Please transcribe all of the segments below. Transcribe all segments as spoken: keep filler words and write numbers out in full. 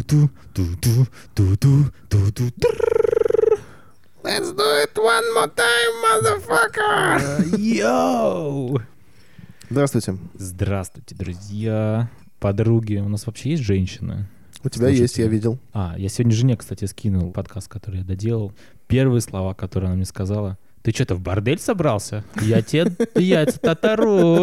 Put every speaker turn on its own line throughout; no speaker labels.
Let's do it one more time, motherfucker!
Йоу!
Здравствуйте.
Здравствуйте, друзья, подруги. У нас вообще есть женщины?
У тебя
Слушайте.
есть, я видел.
А, я сегодня жене, кстати, скинул подкаст, который я доделал. Первые слова, которые она мне сказала: ты что-то в бордель собрался? Я тебе яйца татару.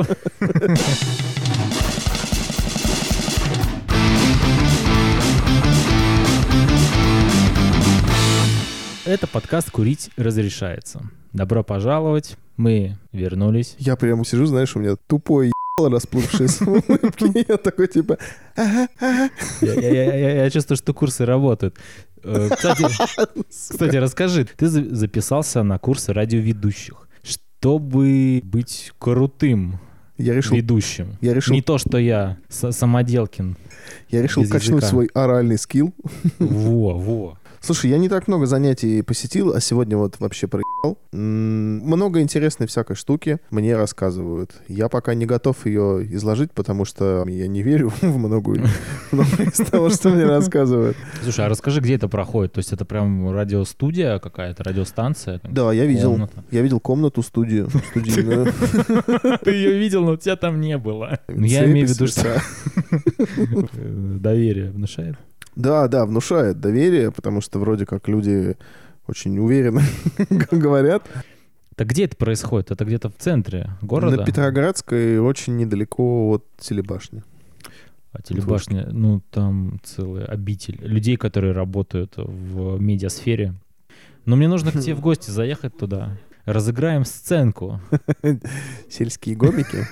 Это подкаст «Курить разрешается». Добро пожаловать, мы вернулись.
Я прямо сижу, знаешь, у меня тупое ебало расплывшееся в улыбке. Я такой типа... Ага, ага.
Я, я, я, я, я чувствую, что курсы работают. Кстати, кстати, расскажи, ты записался на курсы радиоведущих, чтобы быть крутым
я решил,
ведущим.
Я решил,
Не то, что я Самоделкин.
Я решил качнуть языка. Свой оральный скилл.
Во, во.
Слушай, я не так много занятий посетил, а сегодня вот вообще проебал. М-м, много интересной всякой штуки мне рассказывают. Я пока не готов ее изложить, потому что я не верю в многое из того, что мне рассказывают.
Слушай, а расскажи, где это проходит? То есть это прям радиостудия какая-то, радиостанция?
Да, я видел. Я видел комнату, студию.
Ты ее видел, но у тебя там не было. Я имею в виду, что доверие внушает.
Да, да, внушает доверие, потому что вроде как люди очень уверенно говорят.
Так где это происходит? Это где-то в центре города?
На Петроградской, очень недалеко от телебашни.
А телебашня, ну там целый обитель людей, которые работают в медиасфере. Но мне нужно к тебе в гости заехать туда. Разыграем сценку.
Сельские гомики?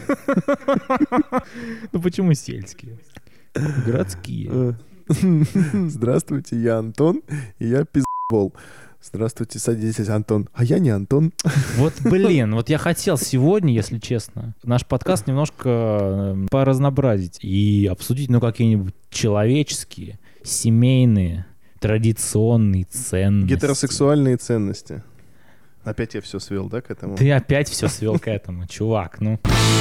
Ну почему сельские? Городские.
Здравствуйте, я Антон, и я пиздбол. Здравствуйте, садитесь, Антон. А я не Антон.
Вот, блин, вот я хотел сегодня, если честно, наш подкаст немножко поразнообразить и обсудить, ну, какие-нибудь человеческие, семейные, традиционные ценности.
Гетеросексуальные ценности. Опять я все свел, да, к этому?
Ты опять все свел к этому, чувак, ну...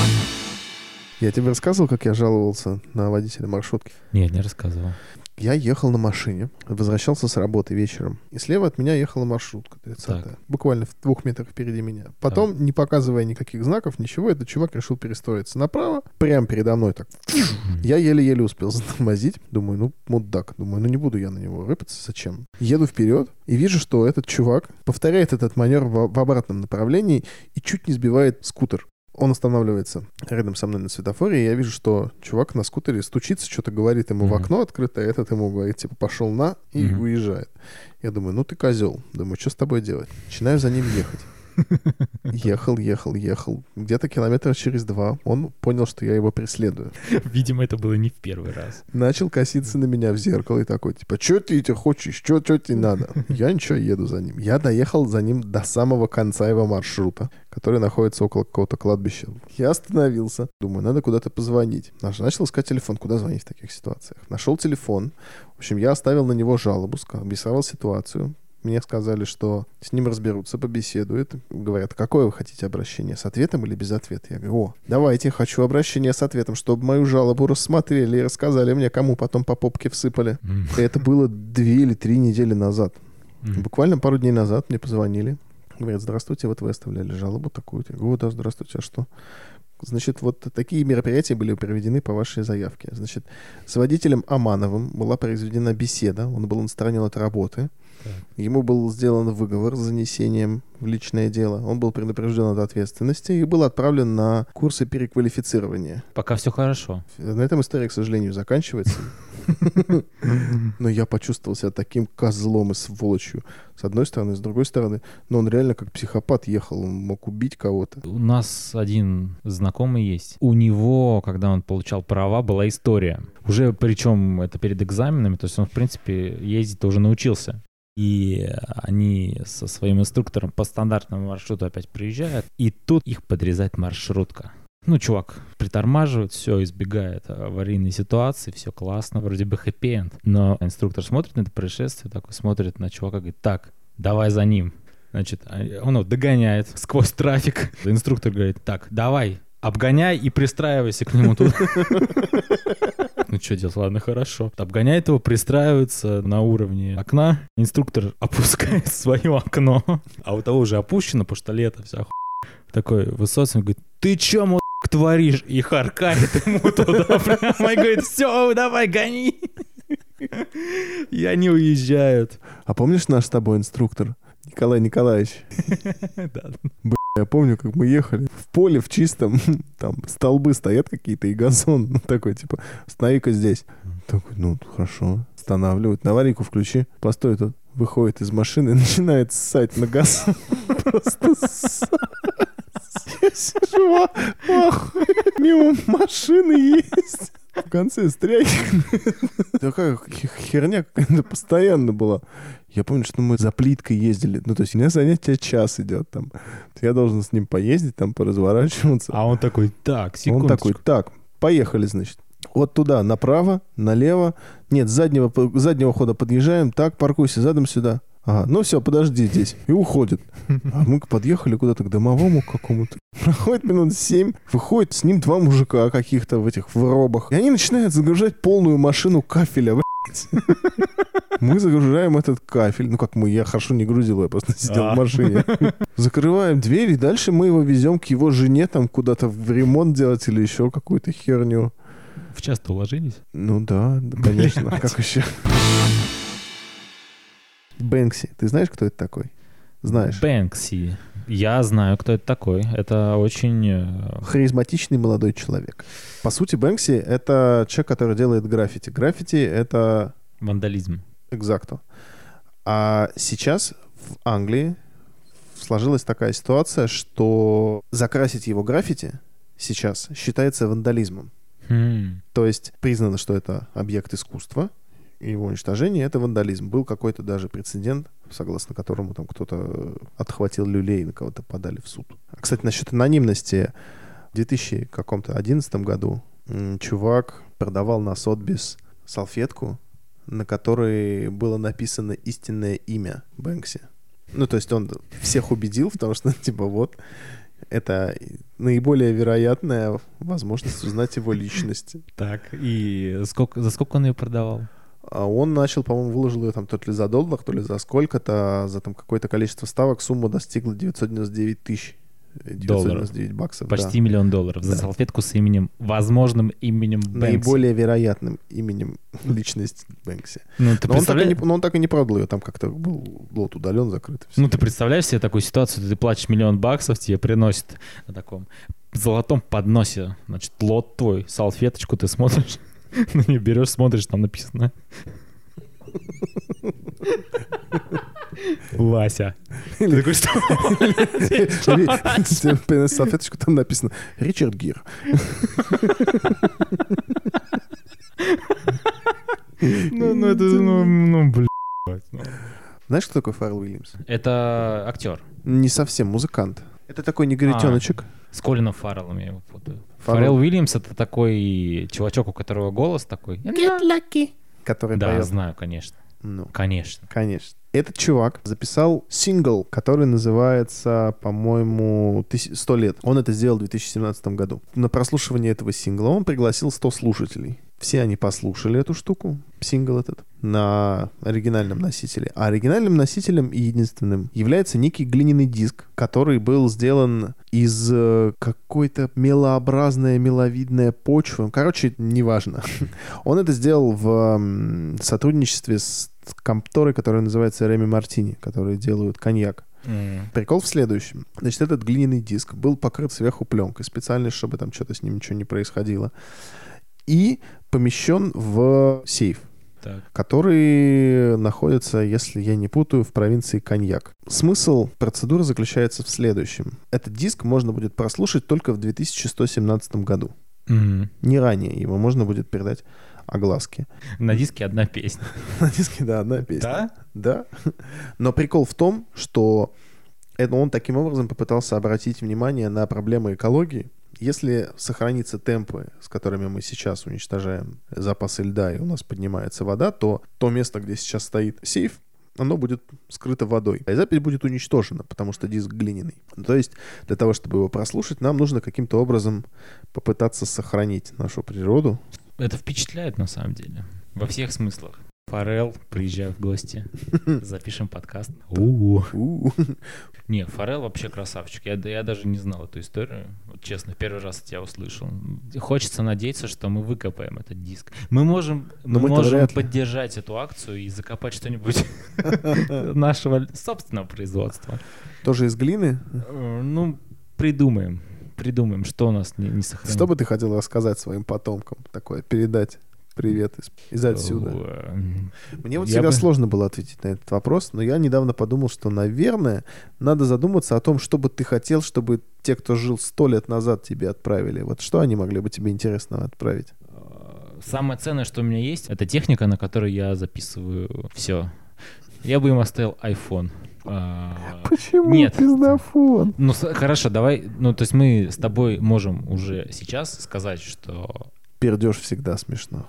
Я тебе рассказывал, как я жаловался на водителя маршрутки?
Нет, не рассказывал.
Я ехал на машине, возвращался с работы вечером, и слева от меня ехала маршрутка тридцатая, буквально в двух метрах впереди меня. Потом, так. не показывая никаких знаков, ничего, этот чувак решил перестроиться направо, прямо передо мной так. Я еле-еле успел затормозить, думаю, ну, мудак, думаю, ну, не буду я на него рыпаться, зачем? Еду вперед и вижу, что этот чувак повторяет этот маневр в, в обратном направлении и чуть не сбивает скутер. Он останавливается рядом со мной на светофоре, и я вижу, что чувак на скутере стучится, что-то говорит ему mm-hmm. в окно открытое, этот ему говорит, типа, пошел на, и mm-hmm. уезжает. Я думаю, ну ты козел. Думаю, что с тобой делать? Начинаю за ним ехать. Ехал, ехал, ехал. Где-то километра через два он понял, что я его преследую.
Видимо, это было не в первый раз.
Начал коситься на меня в зеркало и такой, типа, что ты тебе хочешь, что тебе надо? Я ничего, еду за ним. Я доехал за ним до самого конца его маршрута, который находится около какого-то кладбища. Я остановился. Думаю, надо куда-то позвонить. Начал искать телефон. Куда звонить в таких ситуациях? Нашел телефон. В общем, я оставил на него жалобу, объяснял ситуацию. Мне сказали, что с ним разберутся, побеседуют. Говорят, какое вы хотите обращение, с ответом или без ответа? Я говорю, о, давайте, хочу обращение с ответом, чтобы мою жалобу рассмотрели и рассказали мне, кому потом по попке всыпали. Mm. И это было две или три недели назад. Mm. Буквально пару дней назад мне позвонили. Говорят, здравствуйте, вот вы оставляли жалобу такую. Я говорю, о, да, здравствуйте, а что? Значит, вот такие мероприятия были проведены по вашей заявке. Значит, с водителем Амановым была произведена беседа, он был отстранен от работы. Так. Ему был сделан выговор с занесением в личное дело. Он был предупрежден от ответственности и был отправлен на курсы переквалифицирования.
Пока все хорошо.
На этом история, к сожалению, заканчивается. Но я почувствовал себя таким козлом и сволочью. С одной стороны, с другой стороны. Но он реально как психопат ехал. Он мог убить кого-то.
У нас один знакомый есть. У него, когда он получал права, была история. Уже причем это перед экзаменами. То есть он, в принципе, ездить-то уже научился. И они со своим инструктором по стандартному маршруту опять приезжают, и тут их подрезает маршрутка. Ну, чувак притормаживает, все, избегает аварийной ситуации, все классно, вроде бы хэппи-энд. Но инструктор смотрит на это происшествие, такой смотрит на чувака, говорит, так, давай за ним. Значит, он его догоняет сквозь трафик. Инструктор говорит, так, давай, Обгоняй и пристраивайся к нему тут. Ну что делать? Ладно, хорошо. Обгоняет его, пристраивается на уровне окна. Инструктор опускает свое окно. А у того уже опущено, потому что лето, вся хуйня. Такой Высоцкий говорит: ты чё, мудак, творишь? И харкает ему туда прямо и говорит: все, давай, гони. И они уезжают.
А помнишь наш с тобой инструктор? Николай Николаевич. Бля, я помню, как мы ехали в поле в чистом, там столбы стоят какие-то и газон, ну, такой, типа, останови-ка здесь. Такой, ну, хорошо, останавливают, на аварийку включи, постой тут. Выходит из машины и начинает ссать на газ. Просто ссать. Я сижу, охуй, мимо машины есть. В конце стряхивает. Такая херня какая-то постоянно была. Я помню, что мы за плиткой ездили. Ну, то есть у меня занятие час идет там. Я должен с ним поездить, там, поразворачиваться.
А он такой: так, секундочку.
Он такой: так, поехали, значит. Вот туда, направо, налево. Нет, с заднего, заднего хода подъезжаем. Так, паркуйся задом сюда. Ага, ну все, подожди здесь. И уходит. А мы подъехали куда-то к домовому какому-то. Проходит минут семь. Выходит с ним два мужика каких-то в этих в робах. И они начинают загружать полную машину кафеля. Мы загружаем этот кафель. Ну как мы, я хорошо не грузил, я просто сидел в машине. Закрываем дверь, и дальше мы его везем к его жене там куда-то в ремонт делать или еще какую-то херню.
В час-то уложились?
Ну да, да, конечно. Как еще? Бэнкси. Ты знаешь, кто это такой? Знаешь.
Бэнкси. Я знаю, кто это такой. Это очень...
Харизматичный молодой человек. По сути, Бэнкси — это человек, который делает граффити. Граффити — это...
Вандализм.
Экзакто. А сейчас в Англии сложилась такая ситуация, что закрасить его граффити сейчас считается вандализмом.
Hmm.
То есть признано, что это объект искусства, и его уничтожение — это вандализм. Был какой-то даже прецедент, согласно которому там кто-то отхватил люлей, на кого-то подали в суд. Кстати, насчет анонимности. В две тысячи одиннадцатом году м, чувак продавал на Сотбис салфетку, на которой было написано истинное имя Бэнкси. Ну, то есть он всех убедил в том, что, типа, вот, это наиболее вероятная возможность узнать его личность.
Так, и сколько, за сколько он ее продавал?
А он начал, по-моему, выложил ее там то ли за доллар, то ли за сколько-то, за там какое-то количество ставок сумма достигла девятьсот девяносто девять тысяч. девятьсот девяносто девять баксов.
Почти
да.
миллион долларов за да. салфетку с именем, возможным именем Бэнкси.
Наиболее вероятным именем личности Бэнкси.
Ну, ты
но,
представля...
он так и не, но он так и не продал ее, там как-то был лот удален, закрыт.
Ну, ты представляешь себе такую ситуацию, ты платишь миллион баксов, тебе приносят на таком золотом подносе, значит, лот твой, салфеточку ты смотришь, на нее берешь, смотришь, там написано... Вася. Ты такой, что?
На салфеточку там написано Ричард Гир.
Ну, ну, это, ну, ну, блядь.
Знаешь, кто такой Фаррелл Уильямс?
Это актер.
Не совсем, музыкант. Это такой негритеночек.
С Колином Фарреллом я его путаю. Фаррелл Уильямс — это такой чувачок, у которого голос такой.
Get lucky. Который
да,
поет.
знаю, конечно.
Ну,
конечно.
Конечно. Этот чувак записал сингл, который называется, по-моему, сто лет. Он это сделал в две тысячи семнадцатом году. На прослушивание этого сингла он пригласил сто слушателей. Все они послушали эту штуку, сингл этот, на оригинальном носителе. А оригинальным носителем и единственным является некий глиняный диск, который был сделан из какой-то мелообразной, меловидной почвы. Короче, неважно. Он это сделал в сотрудничестве с конторой, которая называется Реми Мартини, которые делают коньяк. Mm. Прикол в следующем. Значит, этот глиняный диск был покрыт сверху пленкой, специально, чтобы там что-то с ним ничего не происходило. И помещен в сейф, так. который находится, если я не путаю, в провинции Коньяк. Смысл процедуры заключается в следующем. Этот диск можно будет прослушать только в две тысячи сто семнадцатом году. Mm-hmm. Не ранее. Его можно будет передать огласке.
На диске одна песня.
На диске, да, одна песня.
Да?
Да. Но прикол в том, что это он таким образом попытался обратить внимание на проблемы экологии. Если сохранятся темпы, с которыми мы сейчас уничтожаем запасы льда, и у нас поднимается вода, то то место, где сейчас стоит сейф, оно будет скрыто водой. А запись будет уничтожена, потому что диск глиняный. Ну, то есть для того, чтобы его прослушать, нам нужно каким-то образом попытаться сохранить нашу природу.
Это впечатляет на самом деле. Во всех смыслах. Фаррелл, приезжай в гости, запишем подкаст. У-у-у. Не, Фаррелл вообще красавчик. Я, я даже не знал эту историю. Вот, честно, первый раз тебя услышал. Хочется надеяться, что мы выкопаем этот диск. Мы можем, мы можем поддержать эту акцию и закопать что-нибудь нашего собственного производства.
Тоже из глины?
Ну, придумаем. Придумаем, что у нас не, не сохранилось.
Что бы ты хотел рассказать своим потомкам? Такое, передать привет из, из отсюда. Мне вот я всегда бы... сложно было ответить на этот вопрос, но я недавно подумал, что, наверное, надо задуматься о том, что бы ты хотел, чтобы те, кто жил сто лет назад, тебе отправили. Вот что они могли бы тебе интересного отправить?
Самое ценное, что у меня есть, это техника, на которой я записываю все. Я бы им оставил iPhone. А,
Почему
нет.
пиздафон?
Ну, хорошо, давай. Ну, то есть мы с тобой можем уже сейчас сказать, что...
Пердеж всегда смешно.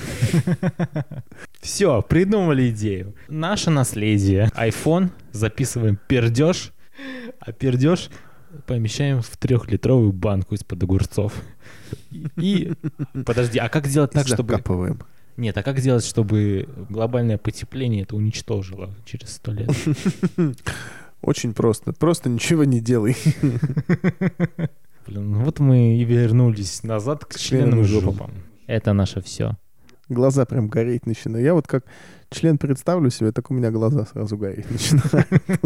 Все, придумали идею. Наше наследие. iPhone, записываем пердеж, а пердеж помещаем в трехлитровую банку из-под огурцов. И... Подожди, а как сделать так, чтобы...
Закапываем.
Нет, а как сделать, чтобы глобальное потепление это уничтожило через сто лет?
Очень просто. Просто ничего не делай.
Блин, вот мы и вернулись назад к членам и жопам. Это наше все.
Глаза прям гореть начинают. Я вот как член представлю себе, так у меня глаза сразу гореть начинают.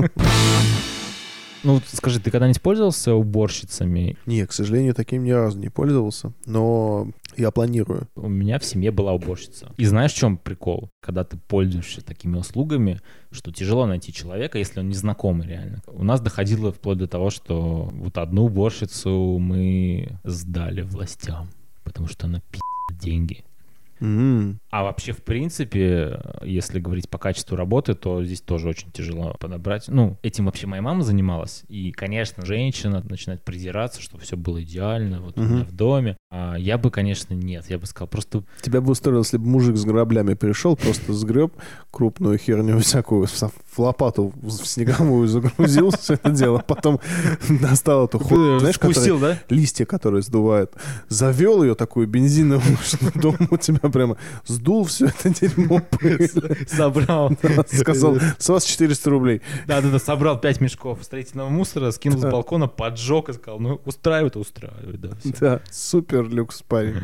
Ну, скажи, ты когда-нибудь пользовался уборщицами?
Не, к сожалению, таким ни разу не пользовался, но я планирую.
У меня в семье была уборщица. И знаешь, в чем прикол? Когда ты пользуешься такими услугами, что тяжело найти человека, если он незнакомый реально. У нас доходило вплоть до того, что вот одну уборщицу мы сдали властям, потому что она пи***т деньги.
Mm.
А вообще, в принципе, если говорить по качеству работы, то здесь тоже очень тяжело подобрать. Ну, этим вообще моя мама занималась. И, конечно, женщина начинает придираться, что все было идеально, вот mm-hmm. у меня в доме. А я бы, конечно, нет. Я бы сказал, просто...
Тебя бы устроило, если бы мужик с граблями пришел, просто сгреб крупную херню всякую, в лопату в снеговую загрузил все это дело, потом достал эту хуйню, знаешь,
спустил, да?
Листья, которые сдувают. Завел ее такую бензиновую, что дома у тебя прямо сдул все это дерьмо.
Собрал.
Сказал, с вас четыреста рублей.
Да-да-да, собрал пять мешков строительного мусора, скинул с балкона, поджег и сказал, ну, устраивает, устраивает.
Да, супер люкс, парень.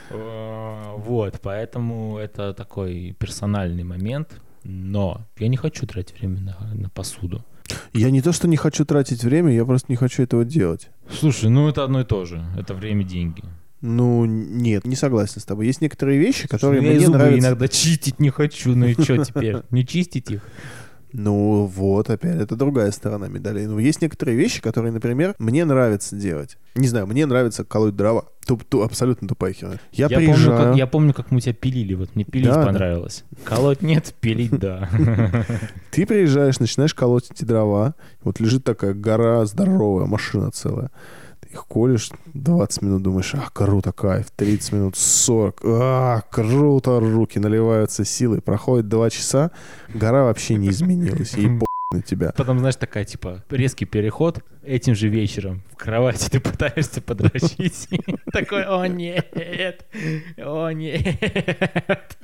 Вот, поэтому это такой персональный момент. Но я не хочу тратить время на, на посуду.
Я не то, что не хочу тратить время, я просто не хочу этого делать.
Слушай, ну это одно и то же. Это время, деньги.
Ну, нет, не согласен с тобой. Есть некоторые вещи, Слушай, которые
ну,
мне
зубы
нравятся.
иногда чистить не хочу, ну и что теперь? Не чистить их?
Ну вот, опять, это другая сторона медали. Ну, есть некоторые вещи, которые, например, мне нравится делать. Не знаю, мне нравится колоть дрова. Туп, туп, абсолютно тупая херня. Я, я, приезжаю...
помню, как, я помню, как мы тебя пилили. Вот мне пилить да, понравилось. Да. Колоть нет, пилить да.
Ты приезжаешь, начинаешь колоть эти дрова. Вот лежит такая гора здоровая, машина целая. Их колешь двадцать минут, думаешь, а, круто, кайф, тридцать минут, сорок, а, круто, руки наливаются силой, проходит два часа, гора вообще не изменилась, и по*** на тебя.
Потом, знаешь, такая, типа, резкий переход, этим же вечером в кровати ты пытаешься подрочить, такой, о нет, о нет.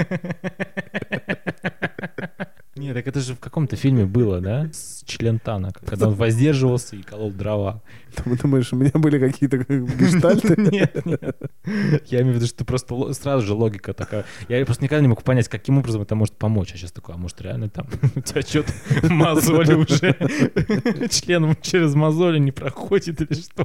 Нет, так это же в каком-то фильме было, да? С Челентано, когда он воздерживался и колол дрова.
Ты думаешь, у меня были какие-то гештальты?
Нет, нет. Я имею в виду, что просто сразу же логика такая. Я просто никогда не мог понять, каким образом это может помочь. А сейчас такой, а может реально там у тебя что-то мозоли уже членом через мозоли не проходит или что?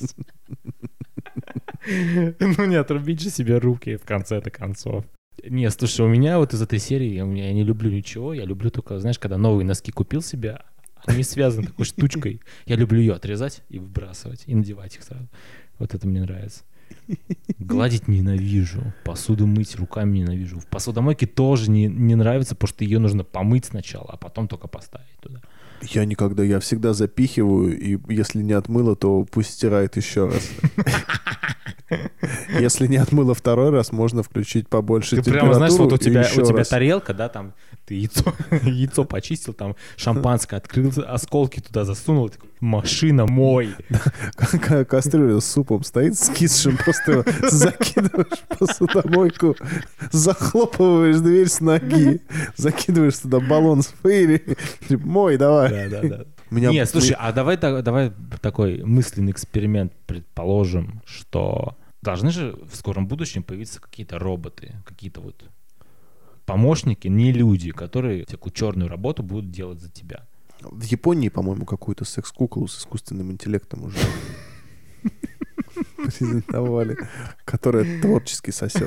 Ну не отрубить же себе руки в конце-то концов. Не, слушай, у меня вот из этой серии, я, я не люблю ничего, я люблю только, знаешь, когда новые носки купил себе, они связаны такой штучкой, я люблю ее отрезать и выбрасывать, и надевать их сразу. Вот это мне нравится. Гладить ненавижу, посуду мыть руками ненавижу. В посудомойке тоже не, не нравится, потому что ее нужно помыть сначала, а потом только поставить туда.
Я никогда, я всегда запихиваю, и если не отмыло, то пусть стирает еще раз. Если не отмыло второй раз, можно включить побольше
Ты
температуру.
прямо знаешь, вот у
и
тебя,
еще
у тебя
раз.
тарелка, да, там ты яйцо, яйцо почистил, там шампанское открыл, осколки туда засунул, такой, машина мой.
Как кастрюля с супом стоит, скисшим, просто его закидываешь в посудомойку, захлопываешь дверь с ноги, закидываешь туда баллон с фейри, мой, давай.
Да, да, да.
Меня...
Нет, слушай, а давай, давай такой мысленный эксперимент. Предположим, что должны же в скором будущем появиться какие-то роботы, какие-то вот помощники, не люди, которые всякую черную работу будут делать за тебя.
В Японии, по-моему, какую-то секс-куклу с искусственным интеллектом уже презентовали, которая творчески сосет.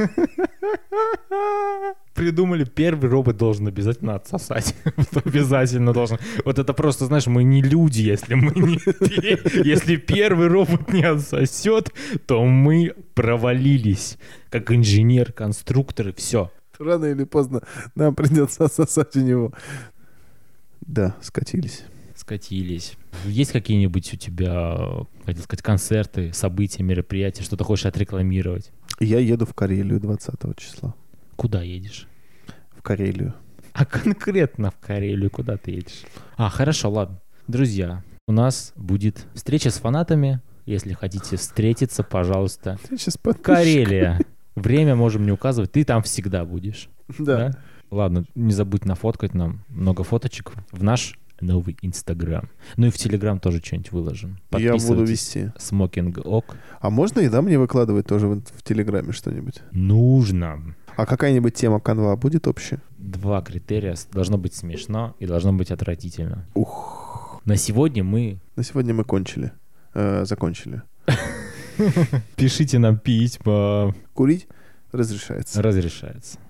Придумали, первый робот должен обязательно отсосать. Обязательно должен. Вот это просто, знаешь, мы не люди, если мы не... Если первый робот не отсосет, то мы провалились. Как инженер, конструкторы, все.
Рано или поздно нам придется отсосать у него. Да, скатились.
Скатились. Есть какие-нибудь у тебя, хотел сказать, концерты, события, мероприятия, что ты хочешь отрекламировать?
Я еду в Карелию двадцатого числа.
Куда едешь?
В Карелию.
А конкретно в Карелию куда ты едешь? А, хорошо, ладно. Друзья, у нас будет встреча с фанатами. Если хотите встретиться, пожалуйста.
Встреча с подписчиками.
Карелия. Время можем не указывать. Ты там всегда будешь.
Да.
Да? Ладно, не забудь нафоткать нам много фоточек в наш новый Инстаграм. Ну и в Телеграм тоже что-нибудь выложим.
Я буду вести.
Смокинг ок.
А можно и да мне выкладывать тоже в, в Телеграме что-нибудь?
Нужно.
А какая-нибудь тема канва будет общая?
Два критерия. Должно быть смешно и должно быть отвратительно.
Ух.
На сегодня мы...
На сегодня мы кончили. Э, закончили.
Пишите нам письма.
Курить разрешается.
Разрешается.